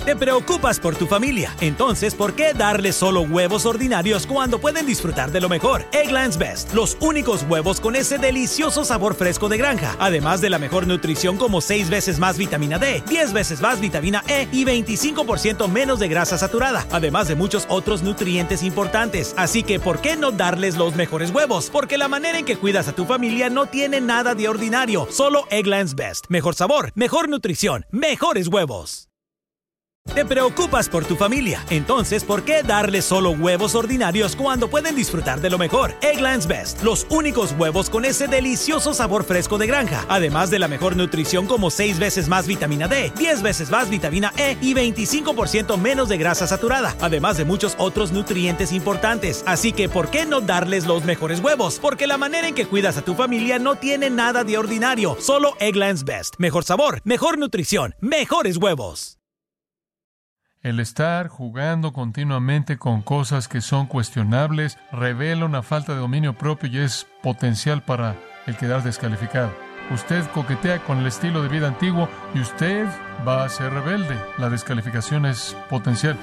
Te preocupas por tu familia, entonces ¿por qué darles solo huevos ordinarios cuando pueden disfrutar de lo mejor? Eggland's Best, los únicos huevos con ese delicioso sabor fresco de granja, además de la mejor nutrición como 6 veces más vitamina D, 10 veces más vitamina E y 25% menos de grasa saturada, además de muchos otros nutrientes importantes. Así que ¿por qué no darles los mejores huevos? Porque la manera en que cuidas a tu familia no tiene nada de ordinario, solo Eggland's Best. Mejor sabor, mejor nutrición, mejores huevos. Te preocupas por tu familia, entonces ¿por qué darles solo huevos ordinarios cuando pueden disfrutar de lo mejor? Eggland's Best, los únicos huevos con ese delicioso sabor fresco de granja, además de la mejor nutrición como 6 veces más vitamina D, 10 veces más vitamina E y 25% menos de grasa saturada, además de muchos otros nutrientes importantes. Así que ¿por qué no darles los mejores huevos? Porque la manera en que cuidas a tu familia no tiene nada de ordinario, solo Eggland's Best. Mejor sabor, mejor nutrición, mejores huevos. El estar jugando continuamente con cosas que son cuestionables revela una falta de dominio propio y es potencial para el quedar descalificado. Usted coquetea con el estilo de vida antiguo y usted va a ser rebelde. La descalificación es potencial.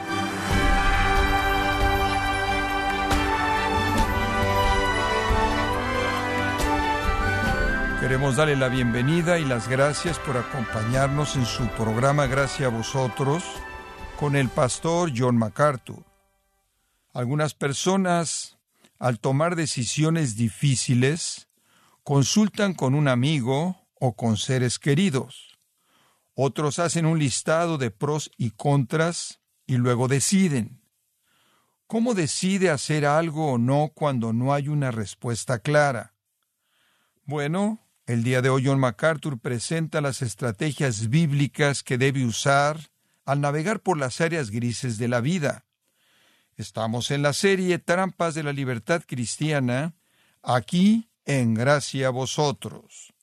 Queremos darle la bienvenida y las gracias por acompañarnos en su programa Gracias a Vosotros, con el pastor John MacArthur. Algunas personas, al tomar decisiones difíciles, consultan con un amigo o con seres queridos. Otros hacen un listado de pros y contras y luego deciden. ¿Cómo decide hacer algo o no cuando no hay una respuesta clara? Bueno, el día de hoy John MacArthur presenta las estrategias bíblicas que debe usar al navegar por las áreas grises de la vida. Estamos en la serie Trampas de la Libertad Cristiana, aquí en Gracia a Vosotros.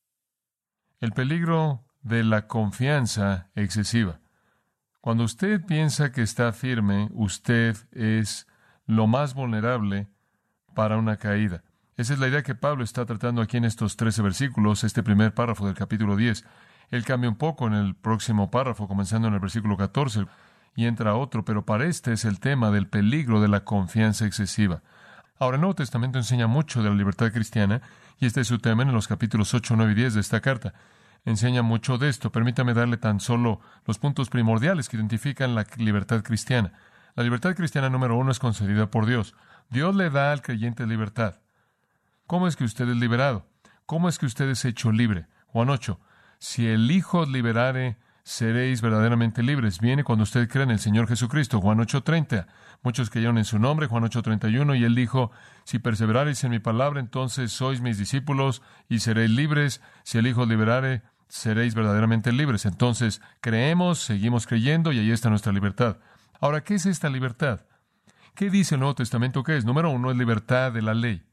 El peligro de la confianza excesiva. Cuando usted piensa que está firme, usted es lo más vulnerable para una caída. Esa es la idea que Pablo está tratando aquí en estos 13 versículos, este primer párrafo del capítulo 10. Él cambia un poco en el próximo párrafo, comenzando en el versículo 14, y entra otro, pero para este es el tema del peligro de la confianza excesiva. Ahora, el Nuevo Testamento enseña mucho de la libertad cristiana, y este es su tema en los capítulos 8, 9 y 10 de esta carta. Enseña mucho de esto. Permítame darle tan solo los puntos primordiales que identifican la libertad cristiana. La libertad cristiana número 1 es concedida por Dios. Dios le da al creyente libertad. ¿Cómo es que usted es liberado? ¿Cómo es que usted es hecho libre? Juan 8. Si el Hijo os liberare, seréis verdaderamente libres. Viene cuando usted cree en el Señor Jesucristo. Juan 8:30. Muchos creyeron en su nombre. Juan 8:31. Y Él dijo, si perseverareis en mi palabra, entonces sois mis discípulos y seréis libres. Si el Hijo os liberare, seréis verdaderamente libres. Entonces, creemos, seguimos creyendo y ahí está nuestra libertad. Ahora, ¿qué es esta libertad? ¿Qué dice el Nuevo Testamento que es? Número 1 es libertad de la ley.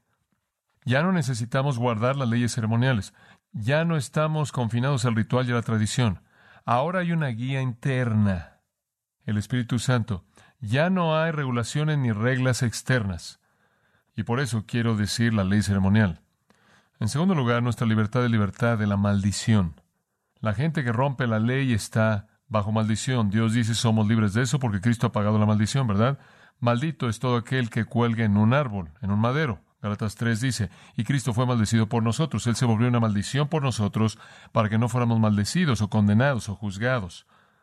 Ya no necesitamos guardar las leyes ceremoniales. Ya no estamos confinados al ritual y a la tradición. Ahora hay una guía interna, el Espíritu Santo. Ya no hay regulaciones ni reglas externas. Y por eso quiero decir la ley ceremonial. En segundo lugar, nuestra libertad es libertad de la maldición. La gente que rompe la ley está bajo maldición. Dios dice somos libres de eso porque Cristo ha pagado la maldición, ¿verdad? Maldito es todo aquel que cuelgue en un árbol, en un madero. Gálatas 3 dice, y Cristo fue maldecido por nosotros. Él se volvió una maldición por nosotros para que no fuéramos maldecidos o condenados o juzgados.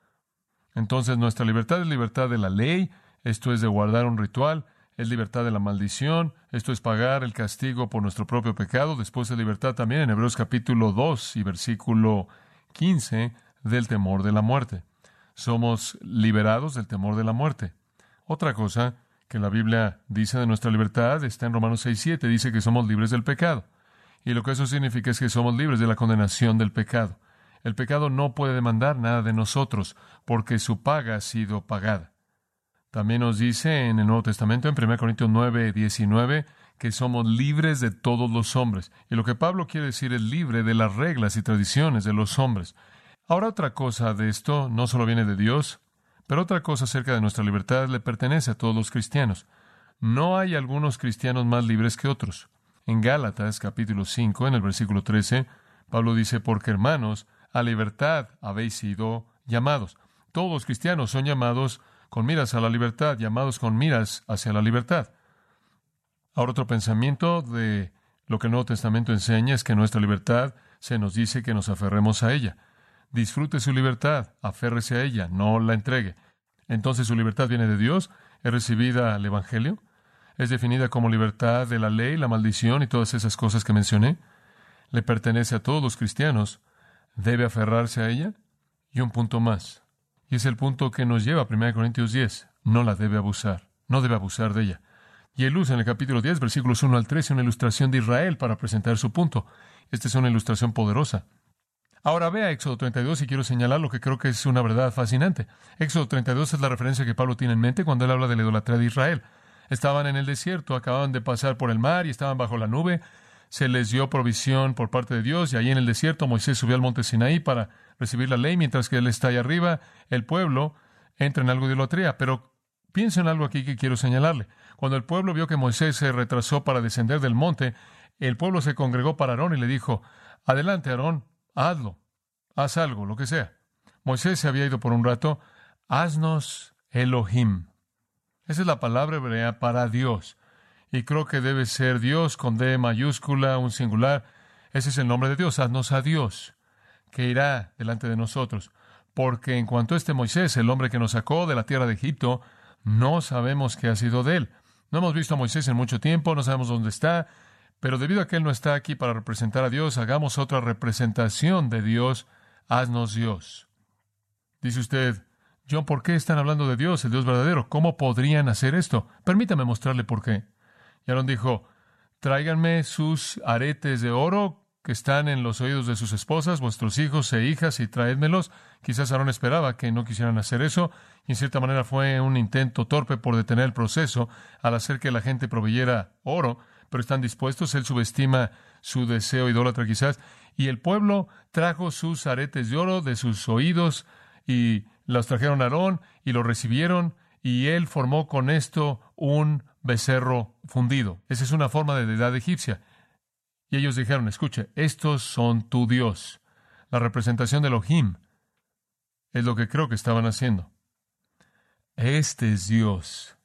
Entonces nuestra libertad es libertad de la ley, esto es de guardar un ritual, es libertad de la maldición, esto es pagar el castigo por nuestro propio pecado. Después es libertad también en Hebreos capítulo 2 y versículo 15 del temor de la muerte. Somos liberados del temor de la muerte. Otra cosa que la Biblia dice de nuestra libertad está en Romanos 6:7, dice que somos libres del pecado. Y lo que eso significa es que somos libres de la condenación del pecado. El pecado no puede demandar nada de nosotros, porque su paga ha sido pagada. También nos dice en el Nuevo Testamento, en 1 Corintios 9:19, que somos libres de todos los hombres. Y lo que Pablo quiere decir es libre de las reglas y tradiciones de los hombres. Ahora, otra cosa de esto no solo viene de Dios, pero otra cosa acerca de nuestra libertad le pertenece a todos los cristianos. No hay algunos cristianos más libres que otros. En Gálatas, capítulo 5, en el versículo 13, Pablo dice, porque hermanos, a libertad habéis sido llamados. Todos los cristianos son llamados con miras a la libertad, llamados con miras hacia la libertad. Ahora, otro pensamiento de lo que el Nuevo Testamento enseña es que nuestra libertad se nos dice que nos aferremos a ella. Disfrute su libertad, aférrese a ella, no la entregue. Entonces, ¿su libertad viene de Dios? ¿Es recibida al Evangelio? ¿Es definida como libertad de la ley, la maldición y todas esas cosas que mencioné? ¿Le pertenece a todos los cristianos? ¿Debe aferrarse a ella? Y un punto más. Y es el punto que nos lleva a 1 Corintios 10. No la debe abusar. No debe abusar de ella. Y él usa en el capítulo 10, versículos 1 al 13, una ilustración de Israel para presentar su punto. Esta es una ilustración poderosa. Ahora vea Éxodo 32 y quiero señalar lo que creo que es una verdad fascinante. Éxodo 32 es la referencia que Pablo tiene en mente cuando él habla de la idolatría de Israel. Estaban en el desierto, acababan de pasar por el mar y estaban bajo la nube. Se les dio provisión por parte de Dios y allí en el desierto Moisés subió al monte Sinaí para recibir la ley, mientras que él está allá arriba, el pueblo entra en algo de idolatría. Pero piensa en algo aquí que quiero señalarle. Cuando el pueblo vio que Moisés se retrasó para descender del monte, el pueblo se congregó para Aarón y le dijo, adelante Aarón, hazlo, haz algo, lo que sea. Moisés se había ido por un rato, haznos Elohim. Esa es la palabra hebrea para Dios. Y creo que debe ser Dios con D mayúscula, un singular. Ese es el nombre de Dios, haznos a Dios, que irá delante de nosotros. Porque en cuanto a este Moisés, el hombre que nos sacó de la tierra de Egipto, no sabemos qué ha sido de él. No hemos visto a Moisés en mucho tiempo, no sabemos dónde está, pero debido a que él no está aquí para representar a Dios, hagamos otra representación de Dios, haznos Dios. Dice usted, John, ¿por qué están hablando de Dios, el Dios verdadero? ¿Cómo podrían hacer esto? Permítame mostrarle por qué. Y Aarón dijo, tráiganme sus aretes de oro que están en los oídos de sus esposas, vuestros hijos e hijas, y traédmelos. Quizás Aarón esperaba que no quisieran hacer eso, y en cierta manera fue un intento torpe por detener el proceso al hacer que la gente proveyera oro, pero están dispuestos. Él subestima su deseo idólatra quizás, y el pueblo trajo sus aretes de oro de sus oídos, y los trajeron a Aarón, y lo recibieron, y él formó con esto un becerro fundido. Esa es una forma de deidad egipcia. Y ellos dijeron, escuche, estos son tu Dios. La representación de Elohim es lo que creo que estaban haciendo. Este es Dios.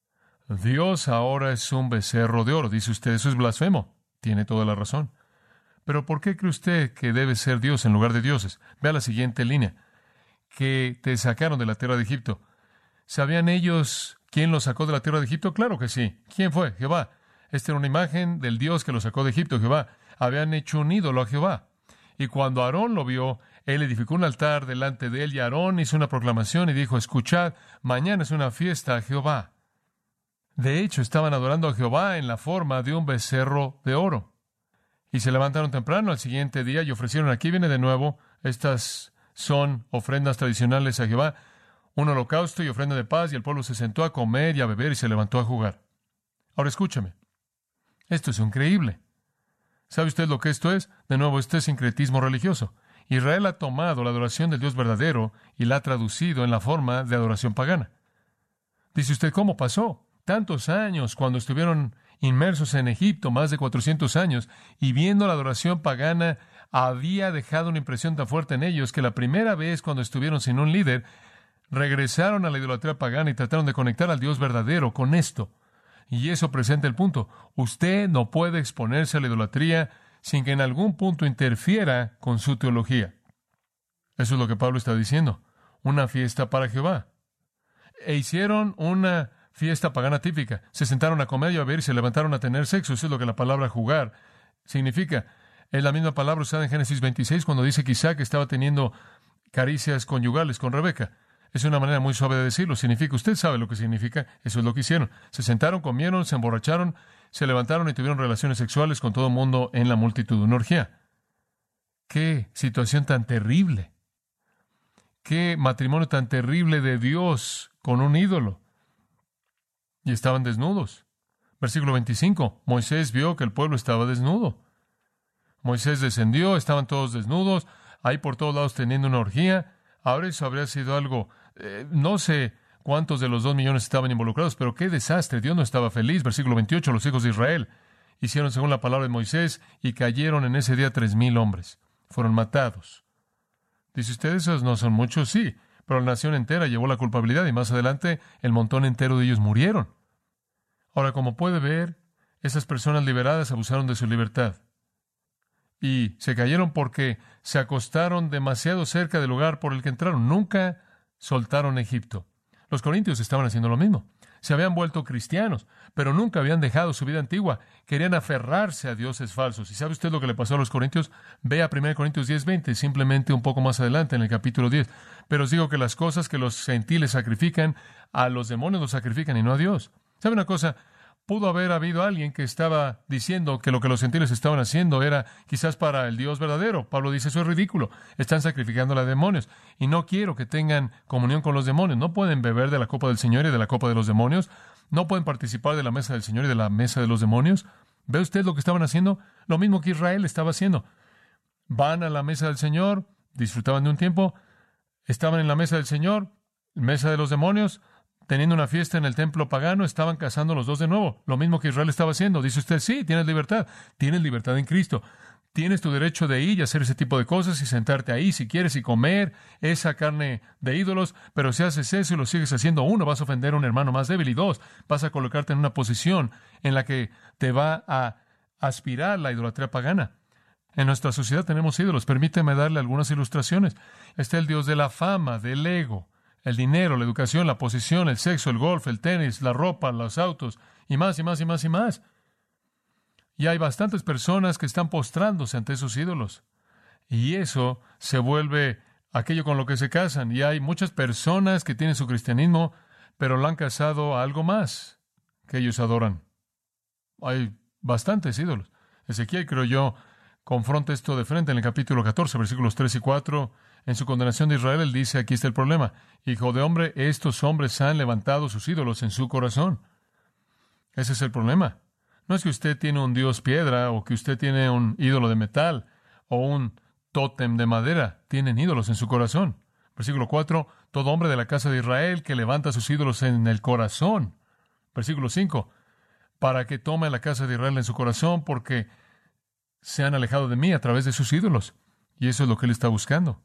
Dios ahora es un becerro de oro. Dice usted, eso es blasfemo. Tiene toda la razón. Pero ¿por qué cree usted que debe ser Dios en lugar de dioses? Vea la siguiente línea. Que te sacaron de la tierra de Egipto. ¿Sabían ellos quién los sacó de la tierra de Egipto? Claro que sí. ¿Quién fue? Jehová. Esta era una imagen del Dios que los sacó de Egipto, Jehová. Habían hecho un ídolo a Jehová. Y cuando Aarón lo vio, él edificó un altar delante de él, y Aarón hizo una proclamación y dijo, escuchad, mañana es una fiesta a Jehová. De hecho, estaban adorando a Jehová en la forma de un becerro de oro. Y se levantaron temprano al siguiente día y ofrecieron, aquí viene de nuevo, estas son ofrendas tradicionales a Jehová, un holocausto y ofrenda de paz, y el pueblo se sentó a comer y a beber y se levantó a jugar. Ahora escúchame. Esto es increíble. ¿Sabe usted lo que esto es? De nuevo, esto es sincretismo religioso. Israel ha tomado la adoración del Dios verdadero y la ha traducido en la forma de adoración pagana. Dice usted, ¿cómo pasó? Tantos años cuando estuvieron inmersos en Egipto, más de 400 años, y viendo la adoración pagana, había dejado una impresión tan fuerte en ellos que la primera vez cuando estuvieron sin un líder, regresaron a la idolatría pagana y trataron de conectar al Dios verdadero con esto. Y eso presenta el punto. Usted no puede exponerse a la idolatría sin que en algún punto interfiera con su teología. Eso es lo que Pablo está diciendo. Una fiesta para Jehová. E hicieron una fiesta pagana típica. Se sentaron a comer y a beber y se levantaron a tener sexo. Eso es lo que la palabra jugar significa. Es la misma palabra usada en Génesis 26 cuando dice que Isaac estaba teniendo caricias conyugales con Rebeca. Es una manera muy suave de decirlo. Significa, usted sabe lo que significa. Eso es lo que hicieron. Se sentaron, comieron, se emborracharon, se levantaron y tuvieron relaciones sexuales con todo el mundo en la multitud. Una orgía. ¡Qué situación tan terrible! ¡Qué matrimonio tan terrible de Dios con un ídolo! Y estaban desnudos. Versículo 25. Moisés vio que el pueblo estaba desnudo. Moisés descendió, estaban todos desnudos, ahí por todos lados teniendo una orgía. Ahora eso habría sido algo, no sé cuántos de los 2 millones estaban involucrados, pero qué desastre, Dios no estaba feliz. Versículo 28, los hijos de Israel hicieron según la palabra de Moisés y cayeron en ese día 3,000 hombres. Fueron matados. Dice usted, esos no son muchos, sí, Pero la nación entera llevó la culpabilidad y más adelante el montón entero de ellos murieron. Ahora, como puede ver, esas personas liberadas abusaron de su libertad. Y se cayeron porque se acostaron demasiado cerca del lugar por el que entraron. Nunca soltaron Egipto. Los corintios estaban haciendo lo mismo. Se habían vuelto cristianos, pero nunca habían dejado su vida antigua. Querían aferrarse a dioses falsos. ¿Y sabe usted lo que le pasó a los corintios? Ve a 1 Corintios 10:20, simplemente un poco más adelante en el capítulo 10. Pero os digo que las cosas que los gentiles sacrifican, a los demonios los sacrifican y no a Dios. ¿Sabe una cosa? Pudo haber habido alguien que estaba diciendo que lo que los gentiles estaban haciendo era quizás para el Dios verdadero. Pablo dice, eso es ridículo. Están sacrificando a demonios. Y no quiero que tengan comunión con los demonios. No pueden beber de la copa del Señor y de la copa de los demonios. No pueden participar de la mesa del Señor y de la mesa de los demonios. ¿Ve usted lo que estaban haciendo? Lo mismo que Israel estaba haciendo. Van a la mesa del Señor, disfrutaban de un tiempo, estaban en la mesa del Señor, mesa de los demonios, teniendo una fiesta en el templo pagano, estaban casando los dos de nuevo. Lo mismo que Israel estaba haciendo. Dice usted, sí, tienes libertad. Tienes libertad en Cristo. Tienes tu derecho de ir y hacer ese tipo de cosas y sentarte ahí si quieres y comer esa carne de ídolos. Pero si haces eso y lo sigues haciendo, uno, vas a ofender a un hermano más débil y dos, vas a colocarte en una posición en la que te va a aspirar la idolatría pagana. En nuestra sociedad tenemos ídolos. Permíteme darle algunas ilustraciones. Está el Dios de la fama, del ego, el dinero, la educación, la posición, el sexo, el golf, el tenis, la ropa, los autos, y más, y más, y más, y más. Y hay bastantes personas que están postrándose ante esos ídolos. Y eso se vuelve aquello con lo que se casan. Y hay muchas personas que tienen su cristianismo, pero lo han casado a algo más que ellos adoran. Hay bastantes ídolos. Ezequiel, creo yo, confronta esto de frente en el capítulo 14, versículos 3 y 4. En su condenación de Israel, él dice, aquí está el problema. Hijo de hombre, estos hombres han levantado sus ídolos en su corazón. Ese es el problema. No es que usted tiene un dios piedra o que usted tiene un ídolo de metal o un tótem de madera. Tienen ídolos en su corazón. Versículo 4, todo hombre de la casa de Israel que levanta sus ídolos en el corazón. Versículo 5, para que tome la casa de Israel en su corazón porque se han alejado de mí a través de sus ídolos. Y eso es lo que él está buscando.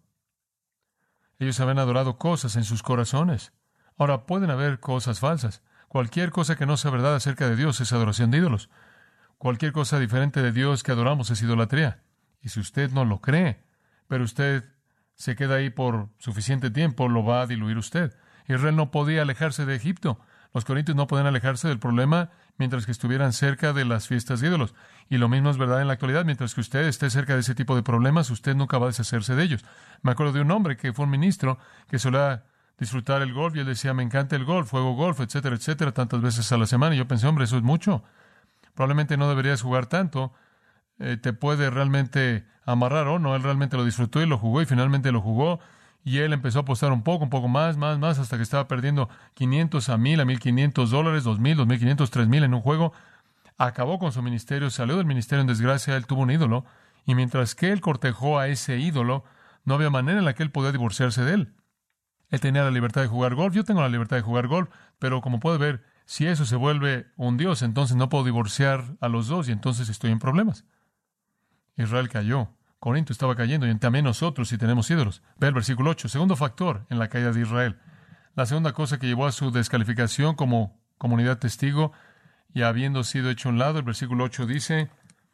Ellos habían adorado cosas en sus corazones. Ahora, pueden haber cosas falsas. Cualquier cosa que no sea verdad acerca de Dios es adoración de ídolos. Cualquier cosa diferente de Dios que adoramos es idolatría. Y si usted no lo cree, pero usted se queda ahí por suficiente tiempo, lo va a diluir usted. Israel no podía alejarse de Egipto. Los corintios no podían alejarse del problema mientras que estuvieran cerca de las fiestas de ídolos. Y lo mismo es verdad en la actualidad. Mientras que usted esté cerca de ese tipo de problemas, usted nunca va a deshacerse de ellos. Me acuerdo de un hombre que fue un ministro que solía disfrutar el golf y él decía, me encanta el golf, juego golf, etcétera, etcétera, tantas veces a la semana. Y yo pensé, hombre, eso es mucho. Probablemente no deberías jugar tanto. Te puede realmente amarrar o no. Él realmente lo disfrutó y lo jugó y finalmente lo jugó. Y él empezó a apostar un poco más, hasta que estaba perdiendo $500 a $1,000, a $1,500, $2,000, $2,500, $3,000 en un juego. Acabó con su ministerio, salió del ministerio en desgracia, él tuvo un ídolo. Y mientras que él cortejó a ese ídolo, no había manera en la que él podía divorciarse de él. Él tenía la libertad de jugar golf, yo tengo la libertad de jugar golf, pero como puede ver, si eso se vuelve un Dios, entonces no puedo divorciar a los dos y entonces estoy en problemas. Israel cayó. Corinto estaba cayendo y también nosotros si tenemos ídolos. Ve el versículo 8, segundo factor en la caída de Israel. La segunda cosa que llevó a su descalificación como comunidad testigo y habiendo sido hecho a un lado, el versículo 8 dice,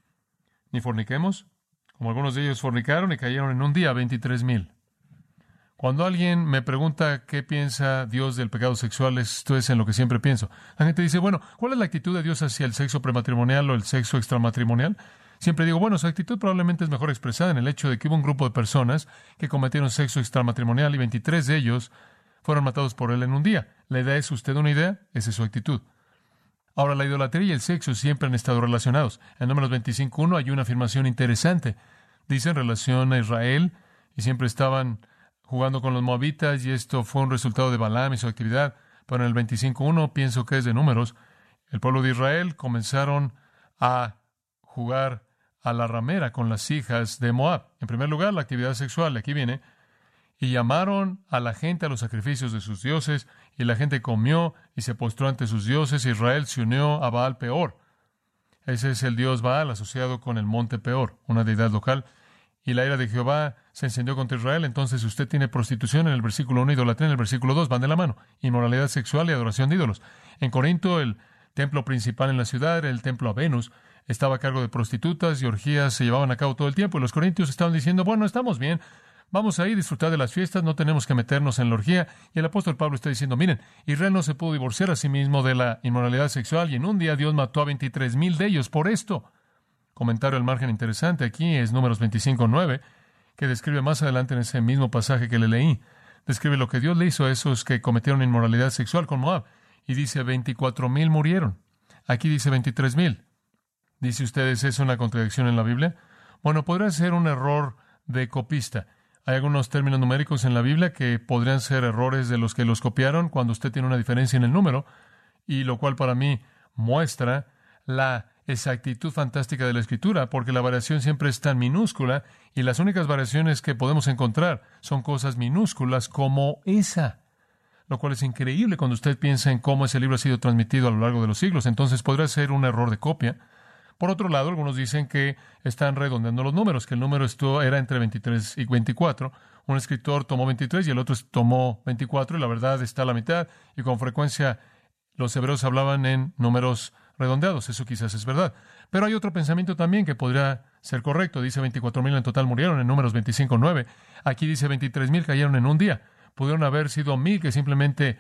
ni forniquemos, como algunos de ellos fornicaron y cayeron en un día 23,000. Cuando alguien me pregunta qué piensa Dios del pecado sexual, esto es en lo que siempre pienso. La gente dice, bueno, ¿cuál es la actitud de Dios hacia el sexo prematrimonial o el sexo extramatrimonial? Siempre digo, bueno, su actitud probablemente es mejor expresada en el hecho de que hubo un grupo de personas que cometieron sexo extramatrimonial y 23 de ellos fueron matados por él en un día. ¿Le da eso usted una idea? Esa es su actitud. Ahora, la idolatría y el sexo siempre han estado relacionados. En Números 25:1 hay una afirmación interesante. Dice en relación a Israel, y siempre estaban jugando con los moabitas, y esto fue un resultado de Balaam y su actividad. Pero en el 25:1, pienso que es de Números, el pueblo de Israel comenzaron a jugar a la ramera con las hijas de Moab. En primer lugar, la actividad sexual, aquí viene, y llamaron a la gente a los sacrificios de sus dioses, y la gente comió y se postró ante sus dioses. Israel se unió a Baal Peor. Ese es el dios Baal asociado con el monte Peor, una deidad local. y la ira de Jehová se encendió contra Israel. Entonces usted tiene prostitución en el versículo 1, idolatría en el versículo 2, van de la mano. Inmoralidad sexual y adoración de ídolos. En Corinto, el templo principal en la ciudad era el templo a Venus. Estaba a cargo de prostitutas y orgías se llevaban a cabo todo el tiempo. Y los corintios estaban diciendo, bueno, estamos bien, vamos a ir a disfrutar de las fiestas, no tenemos que meternos en la orgía. Y el apóstol Pablo está diciendo, miren, Israel no se pudo divorciar a sí mismo de la inmoralidad sexual y en un día Dios mató a 23,000 de ellos por esto. Comentario al margen interesante aquí es Números 25:9, que describe más adelante en ese mismo pasaje que le leí. Describe lo que Dios le hizo a esos que cometieron inmoralidad sexual con Moab. Y dice 24,000 murieron. Aquí dice 23,000. ¿Dice ustedes es una contradicción en la Biblia? Bueno, podría ser un error de copista. Hay algunos términos numéricos en la Biblia que podrían ser errores de los que los copiaron cuando usted tiene una diferencia en el número, y lo cual para mí muestra la exactitud fantástica de la Escritura, porque la variación siempre es tan minúscula y las únicas variaciones que podemos encontrar son cosas minúsculas como esa, lo cual es increíble cuando usted piensa en cómo ese libro ha sido transmitido a lo largo de los siglos. Entonces podría ser un error de copia. Por otro lado, algunos dicen que están redondeando los números, que el número era entre 23 y 24. Un escritor tomó 23 y el otro tomó 24, y la verdad está a la mitad, y con frecuencia los hebreos hablaban en números redondeados. Eso quizás es verdad. Pero hay otro pensamiento también que podría ser correcto. Dice 24,000 en total murieron en Números 25:9. Aquí dice 23,000 cayeron en un día. Pudieron haber sido 1,000 que simplemente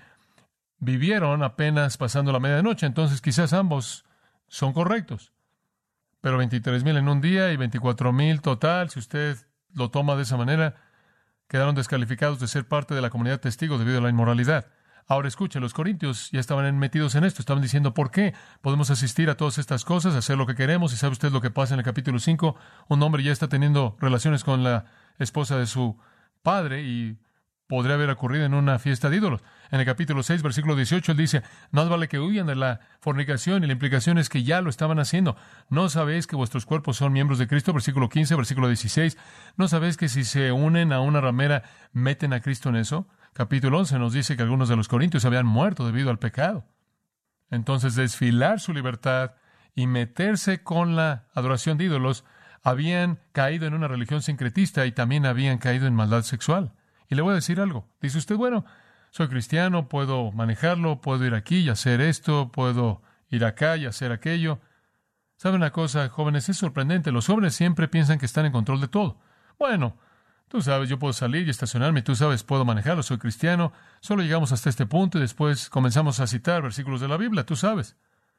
vivieron apenas pasando la medianoche. Entonces quizás ambos son correctos. Pero 23,000 en un día y 24,000 total, si usted lo toma de esa manera, quedaron descalificados de ser parte de la comunidad testigo debido a la inmoralidad. Ahora escuche, los corintios ya estaban metidos en esto, estaban diciendo, ¿por qué podemos asistir a todas estas cosas, hacer lo que queremos? Y sabe usted lo que pasa en el capítulo 5, un hombre ya está teniendo relaciones con la esposa de su padre y podría haber ocurrido en una fiesta de ídolos. En el capítulo 6, versículo 18, él dice, más vale que huyan de la fornicación, y la implicación es que ya lo estaban haciendo. ¿No sabéis que vuestros cuerpos son miembros de Cristo? Versículo 15, versículo 16. ¿No sabéis que si se unen a una ramera, meten a Cristo en eso? Capítulo 11 nos dice que algunos de los corintios habían muerto debido al pecado. Entonces, desfilar su libertad y meterse con la adoración de ídolos, habían caído en una religión sincretista y también habían caído en maldad sexual. Y le voy a decir algo. Dice usted, bueno, soy cristiano, puedo manejarlo, puedo ir aquí y hacer esto, puedo ir acá y hacer aquello. ¿Sabe una cosa, jóvenes? Es sorprendente. Los jóvenes siempre piensan que están en control de todo. Bueno, tú sabes, yo puedo salir y estacionarme, tú sabes, puedo manejarlo, soy cristiano. Solo llegamos hasta este punto y después comenzamos a citar versículos de la Biblia, tú sabes.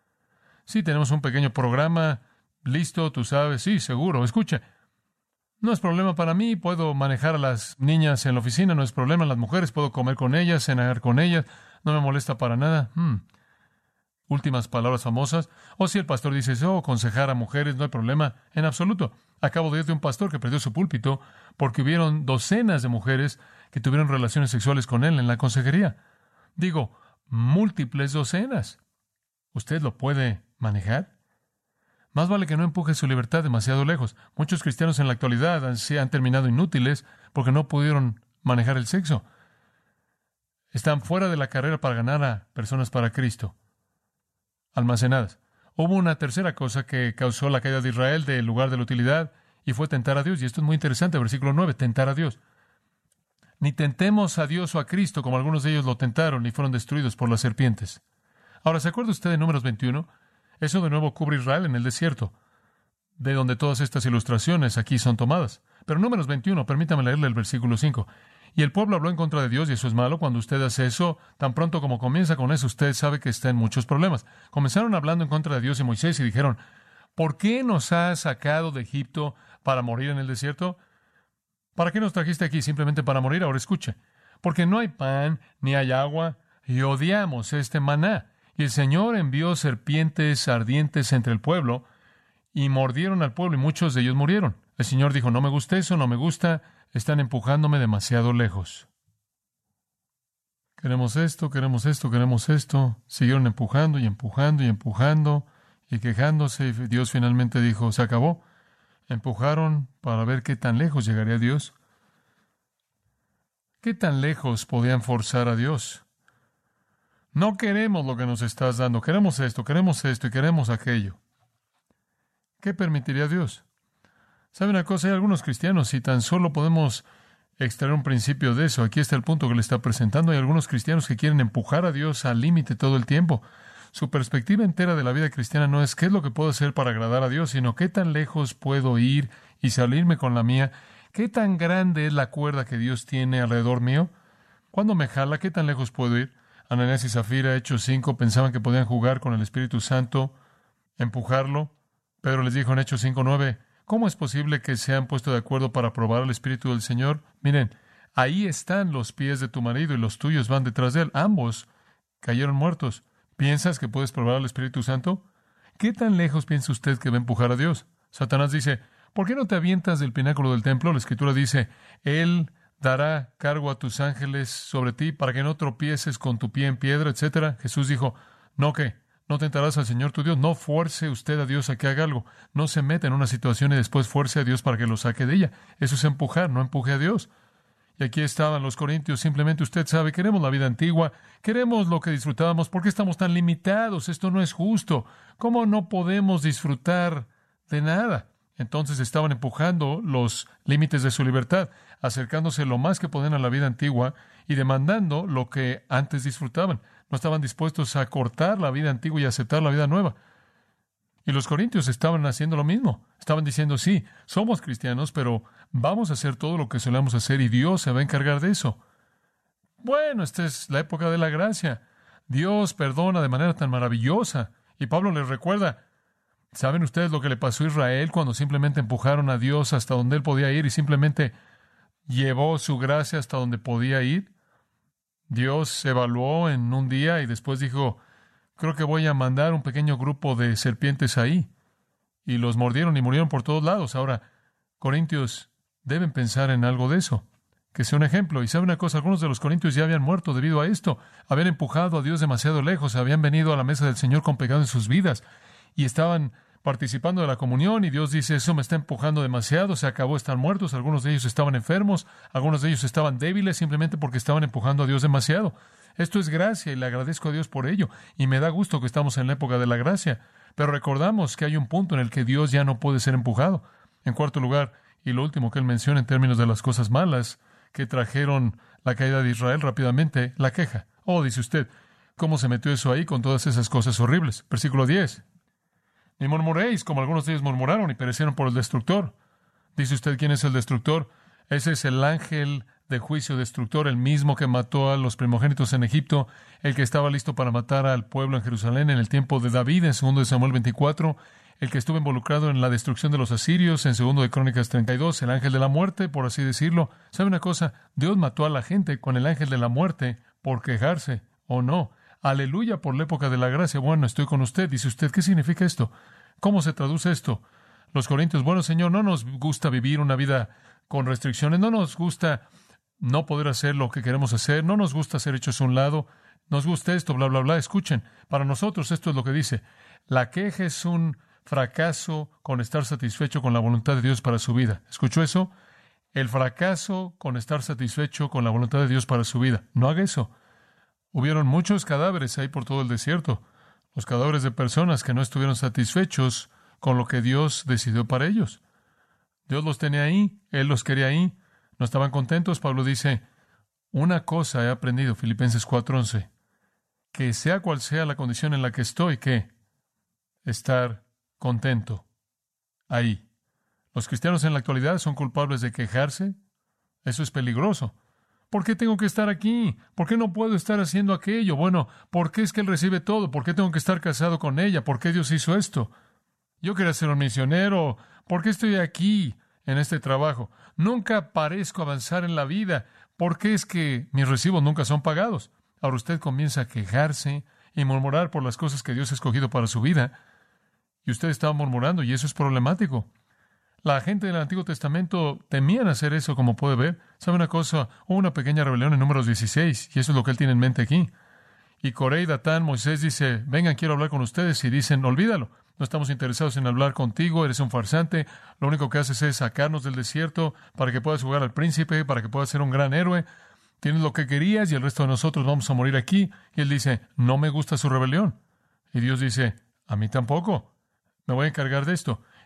Sí, tenemos un pequeño programa listo, tú sabes, sí, seguro. Escucha, no es problema para mí, puedo manejar a las niñas en la oficina, no es problema, las mujeres, puedo comer con ellas, cenar con ellas, no me molesta para nada. Últimas palabras famosas. O si el pastor dice, aconsejar a mujeres, no hay problema, en absoluto. Acabo de oír de un pastor que perdió su púlpito porque hubieron docenas de mujeres que tuvieron relaciones sexuales con él en la consejería. Digo, múltiples docenas. ¿Usted lo puede manejar? Más vale que no empuje su libertad demasiado lejos. Muchos cristianos en la actualidad se han terminado inútiles porque no pudieron manejar el sexo. Están fuera de la carrera para ganar a personas para Cristo, almacenadas. Hubo una tercera cosa que causó la caída de Israel del lugar de la utilidad y fue tentar a Dios. Y esto es muy interesante, versículo 9, tentar a Dios. Ni tentemos a Dios o a Cristo como algunos de ellos lo tentaron y fueron destruidos por las serpientes. Ahora, ¿se acuerda usted de Números 21? Eso de nuevo cubre Israel en el desierto, de donde todas estas ilustraciones aquí son tomadas. Pero Números 21, permítame leerle el versículo 5. Y el pueblo habló en contra de Dios, y eso es malo. Cuando usted hace eso, tan pronto como comienza con eso, usted sabe que está en muchos problemas. Comenzaron hablando en contra de Dios y Moisés y dijeron, ¿por qué nos has sacado de Egipto para morir en el desierto? ¿Para qué nos trajiste aquí? ¿Simplemente para morir? Ahora escuche. Porque no hay pan, ni hay agua, y odiamos este maná. Y el Señor envió serpientes ardientes entre el pueblo, y mordieron al pueblo, y muchos de ellos murieron. El Señor dijo, no me gusta eso, no me gusta, están empujándome demasiado lejos. Queremos esto, queremos esto, queremos esto. Siguieron empujando y empujando y empujando y quejándose, y Dios finalmente dijo, se acabó. Empujaron para ver qué tan lejos llegaría Dios. ¿Qué tan lejos podían forzar a Dios? No queremos lo que nos estás dando, queremos esto y queremos aquello. ¿Qué permitiría Dios? ¿Sabe una cosa? Hay algunos cristianos, si tan solo podemos extraer un principio de eso, aquí está el punto que le está presentando. Hay algunos cristianos que quieren empujar a Dios al límite todo el tiempo. Su perspectiva entera de la vida cristiana no es qué es lo que puedo hacer para agradar a Dios, sino qué tan lejos puedo ir y salirme con la mía. ¿Qué tan grande es la cuerda que Dios tiene alrededor mío? ¿Cuándo me jala? ¿Qué tan lejos puedo ir? Ananías y Zafira, Hechos 5, pensaban que podían jugar con el Espíritu Santo, empujarlo. Pedro les dijo en Hechos 5:9, ¿cómo es posible que se han puesto de acuerdo para probar al Espíritu del Señor? Miren, ahí están los pies de tu marido y los tuyos van detrás de él. Ambos cayeron muertos. ¿Piensas que puedes probar al Espíritu Santo? ¿Qué tan lejos piensa usted que va a empujar a Dios? Satanás dice, ¿por qué no te avientas del pináculo del templo? La Escritura dice, Él dará cargo a tus ángeles sobre ti para que no tropieces con tu pie en piedra, etcétera. Jesús dijo, ¿no qué? ¿No tentarás al Señor tu Dios? No fuerce usted a Dios a que haga algo. No se meta en una situación y después fuerce a Dios para que lo saque de ella. Eso es empujar, no empuje a Dios. Y aquí estaban los corintios, simplemente usted sabe, queremos la vida antigua, queremos lo que disfrutábamos, ¿por qué estamos tan limitados? Esto no es justo. ¿Cómo no podemos disfrutar de nada? Entonces estaban empujando los límites de su libertad, acercándose lo más que podían a la vida antigua y demandando lo que antes disfrutaban. No estaban dispuestos a cortar la vida antigua y aceptar la vida nueva. Y los corintios estaban haciendo lo mismo. Estaban diciendo, sí, somos cristianos, pero vamos a hacer todo lo que solemos hacer y Dios se va a encargar de eso. Bueno, esta es la época de la gracia. Dios perdona de manera tan maravillosa. Y Pablo les recuerda, ¿saben ustedes lo que le pasó a Israel cuando simplemente empujaron a Dios hasta donde él podía ir y simplemente llevó su gracia hasta donde podía ir? Dios evaluó en un día y después dijo, creo que voy a mandar un pequeño grupo de serpientes ahí. Y los mordieron y murieron por todos lados. Ahora, corintios deben pensar en algo de eso, que sea un ejemplo. Y sabe una cosa, algunos de los corintios ya habían muerto debido a esto. Habían empujado a Dios demasiado lejos, habían venido a la mesa del Señor con pecado en sus vidas y estaban participando de la comunión y Dios dice, eso me está empujando demasiado, se acabó, están muertos. Algunos de ellos estaban enfermos, algunos de ellos estaban débiles simplemente porque estaban empujando a Dios demasiado. Esto es gracia y le agradezco a Dios por ello. Y me da gusto que estamos en la época de la gracia. Pero recordamos que hay un punto en el que Dios ya no puede ser empujado. En cuarto lugar, y lo último que él menciona en términos de las cosas malas que trajeron la caída de Israel rápidamente, la queja. Oh, dice usted, ¿cómo se metió eso ahí con todas esas cosas horribles? Versículo 10. Ni murmuréis, como algunos de ellos murmuraron y perecieron por el destructor. Dice usted, ¿quién es el destructor? Ese es el ángel de juicio destructor, el mismo que mató a los primogénitos en Egipto, el que estaba listo para matar al pueblo en Jerusalén en el tiempo de David, en 2 de Samuel 24, el que estuvo involucrado en la destrucción de los asirios, en 2 de Crónicas 32, el ángel de la muerte, por así decirlo. ¿Sabe una cosa? Dios mató a la gente con el ángel de la muerte por quejarse, ¿o no? Aleluya por la época de la gracia. Bueno, estoy con usted. Dice usted, ¿qué significa esto? ¿Cómo se traduce esto? Los corintios, bueno, Señor, no nos gusta vivir una vida con restricciones, no nos gusta no poder hacer lo que queremos hacer, no nos gusta ser hechos a un lado, nos gusta esto, bla, bla, bla. Escuchen, para nosotros esto es lo que dice. La queja es un fracaso con estar satisfecho con la voluntad de Dios para su vida. ¿Escuchó eso? El fracaso con estar satisfecho con la voluntad de Dios para su vida. No haga eso. Hubieron muchos cadáveres ahí por todo el desierto. Los cadáveres de personas que no estuvieron satisfechos con lo que Dios decidió para ellos. Dios los tenía ahí, Él los quería ahí. No estaban contentos. Pablo dice, una cosa he aprendido, Filipenses 4:11, que sea cual sea la condición en la que estoy, que estar contento ahí. Los cristianos en la actualidad son culpables de quejarse. Eso es peligroso. ¿Por qué tengo que estar aquí? ¿Por qué no puedo estar haciendo aquello? Bueno, ¿por qué es que Él recibe todo? ¿Por qué tengo que estar casado con ella? ¿Por qué Dios hizo esto? Yo quería ser un misionero. ¿Por qué estoy aquí en este trabajo? Nunca parezco avanzar en la vida. ¿Por qué es que mis recibos nunca son pagados? Ahora usted comienza a quejarse y murmurar por las cosas que Dios ha escogido para su vida. Y usted está murmurando y eso es problemático. La gente del Antiguo Testamento temían hacer eso, como puede ver. ¿Sabe una cosa? Hubo una pequeña rebelión en Números 16, y eso es lo que él tiene en mente aquí. Y Coré y Datán, Moisés dice, vengan, quiero hablar con ustedes, y dicen, olvídalo, no estamos interesados en hablar contigo, eres un farsante, lo único que haces es sacarnos del desierto para que puedas jugar al príncipe, para que puedas ser un gran héroe, tienes lo que querías y el resto de nosotros vamos a morir aquí. Y él dice, no me gusta su rebelión. Y Dios dice, a mí tampoco, me voy a encargar de esto.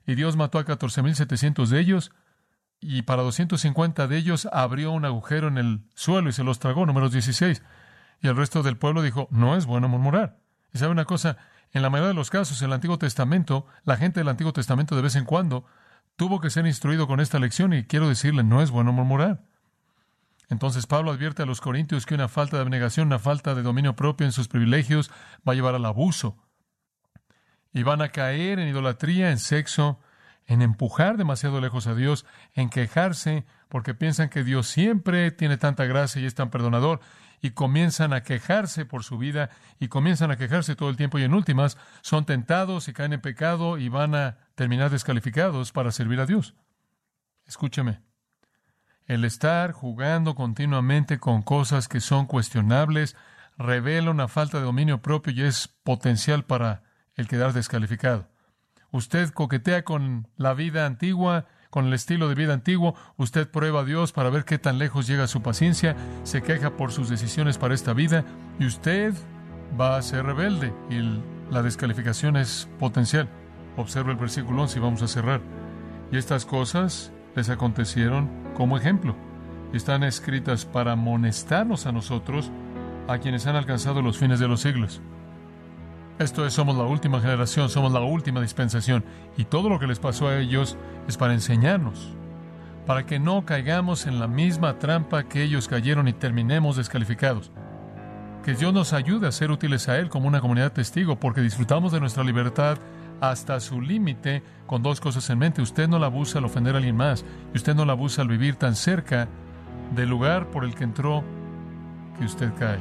y Dios mató a 14,700 de ellos, y para 250 de ellos abrió un agujero en el suelo y se los tragó, Números 16. Y el resto del pueblo dijo, no es bueno murmurar. Y sabe una cosa, en la mayoría de los casos, en el Antiguo Testamento, la gente del Antiguo Testamento de vez en cuando tuvo que ser instruido con esta lección, y quiero decirle, no es bueno murmurar. Entonces Pablo advierte a los corintios que una falta de abnegación, una falta de dominio propio en sus privilegios va a llevar al abuso. Y van a caer en idolatría, en sexo, en empujar demasiado lejos a Dios, en quejarse porque piensan que Dios siempre tiene tanta gracia y es tan perdonador, y comienzan a quejarse por su vida, y comienzan a quejarse todo el tiempo, y en últimas son tentados y caen en pecado y van a terminar descalificados para servir a Dios. Escúcheme. El estar jugando continuamente con cosas que son cuestionables revela una falta de dominio propio y es potencial para el quedar descalificado. Usted coquetea con la vida antigua, con el estilo de vida antiguo, usted prueba a Dios para ver qué tan lejos llega su paciencia, se queja por sus decisiones para esta vida, y usted va a ser rebelde, y la descalificación es potencial. Observa el versículo 11 y vamos a cerrar. Y estas cosas les acontecieron como ejemplo. Están escritas para amonestarnos a nosotros, a quienes han alcanzado los fines de los siglos. Esto es, somos la última generación, somos la última dispensación, y todo lo que les pasó a ellos es para enseñarnos, para que no caigamos en la misma trampa que ellos cayeron y terminemos descalificados. Que Dios nos ayude a ser útiles a Él como una comunidad testigo, porque disfrutamos de nuestra libertad hasta su límite, con dos cosas en mente. Usted no la abusa al ofender a alguien más, y usted no la abusa al vivir tan cerca del lugar por el que entró, que usted cae.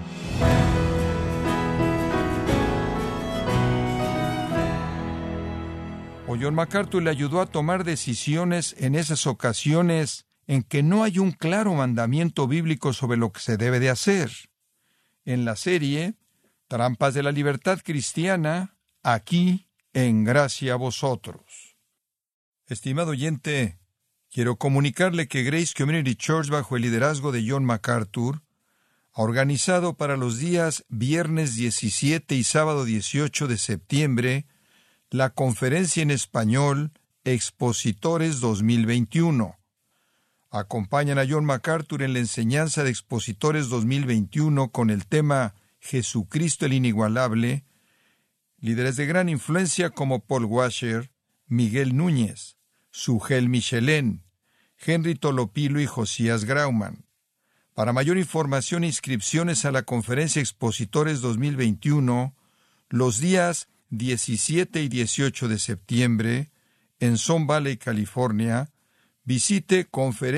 O John MacArthur le ayudó a tomar decisiones en esas ocasiones en que no hay un claro mandamiento bíblico sobre lo que se debe de hacer. En la serie Trampas de la Libertad Cristiana, aquí en Gracia a Vosotros. Estimado oyente, quiero comunicarle que Grace Community Church, bajo el liderazgo de John MacArthur, ha organizado para los días viernes 17 y sábado 18 de septiembre la conferencia en español Expositores 2021. Acompañan a John MacArthur en la enseñanza de Expositores 2021 con el tema Jesucristo el Inigualable, líderes de gran influencia como Paul Washer, Miguel Núñez, Sugel Michelén, Henry Tolopilo y Josías Grauman. Para mayor información e inscripciones a la conferencia Expositores 2021, los días 17 y 18 de septiembre, en Sun Valley, California, visite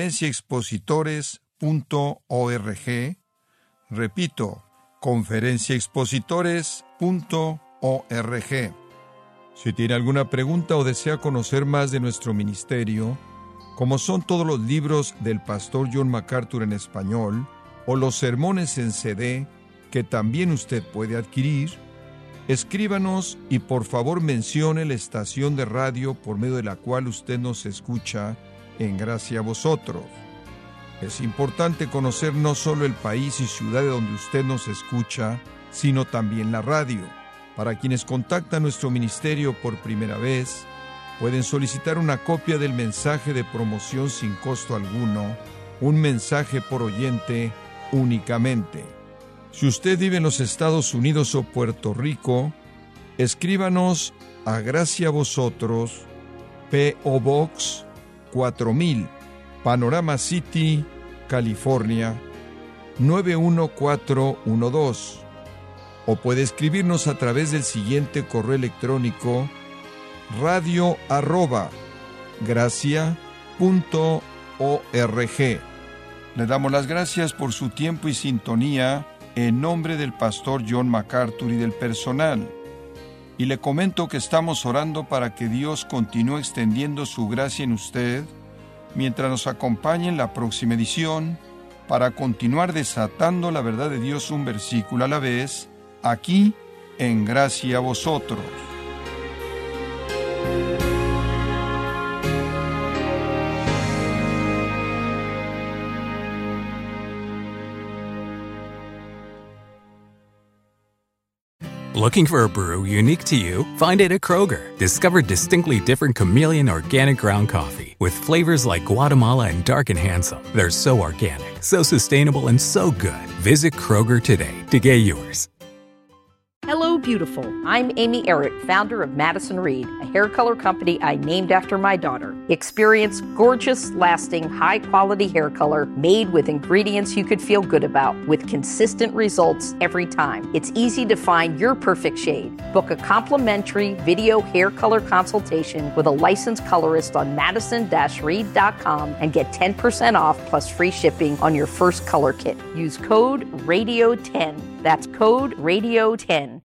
conferenciaexpositores.org. Repito, conferenciaexpositores.org. Si tiene alguna pregunta o desea conocer más de nuestro ministerio, como son todos los libros del pastor John MacArthur en español, o los sermones en CD, que también usted puede adquirir, escríbanos y por favor mencione la estación de radio por medio de la cual usted nos escucha en Gracia a Vosotros. Es importante conocer no solo el país y ciudad de donde usted nos escucha, sino también la radio. Para quienes contactan nuestro ministerio por primera vez, pueden solicitar una copia del mensaje de promoción sin costo alguno, un mensaje por oyente únicamente. Si usted vive en los Estados Unidos o Puerto Rico, escríbanos a Gracia a Vosotros, P.O. Box 4000, Panorama City, California, 91412. O puede escribirnos a través del siguiente correo electrónico: radio@gracia.org. Le damos las gracias por su tiempo y sintonía en nombre del pastor John MacArthur y del personal. Y le comento que estamos orando para que Dios continúe extendiendo su gracia en usted mientras nos acompañe en la próxima edición para continuar desatando la verdad de Dios un versículo a la vez, aquí en Gracia a Vosotros. Looking for a brew unique to you? Find it at Kroger. Discover distinctly different Chameleon organic ground coffee with flavors like Guatemala and Dark and Handsome. They're so organic, so sustainable, and so good. Visit Kroger today to get yours. Hello, beautiful. I'm Amy Errett, founder of Madison Reed, a hair color company I named after my daughter. Experience gorgeous, lasting, high-quality hair color made with ingredients you could feel good about, with consistent results every time. It's easy to find your perfect shade. Book a complimentary video hair color consultation with a licensed colorist on madison-reed.com and get 10% off plus free shipping on your first color kit. Use code RADIO10. That's code RADIO10.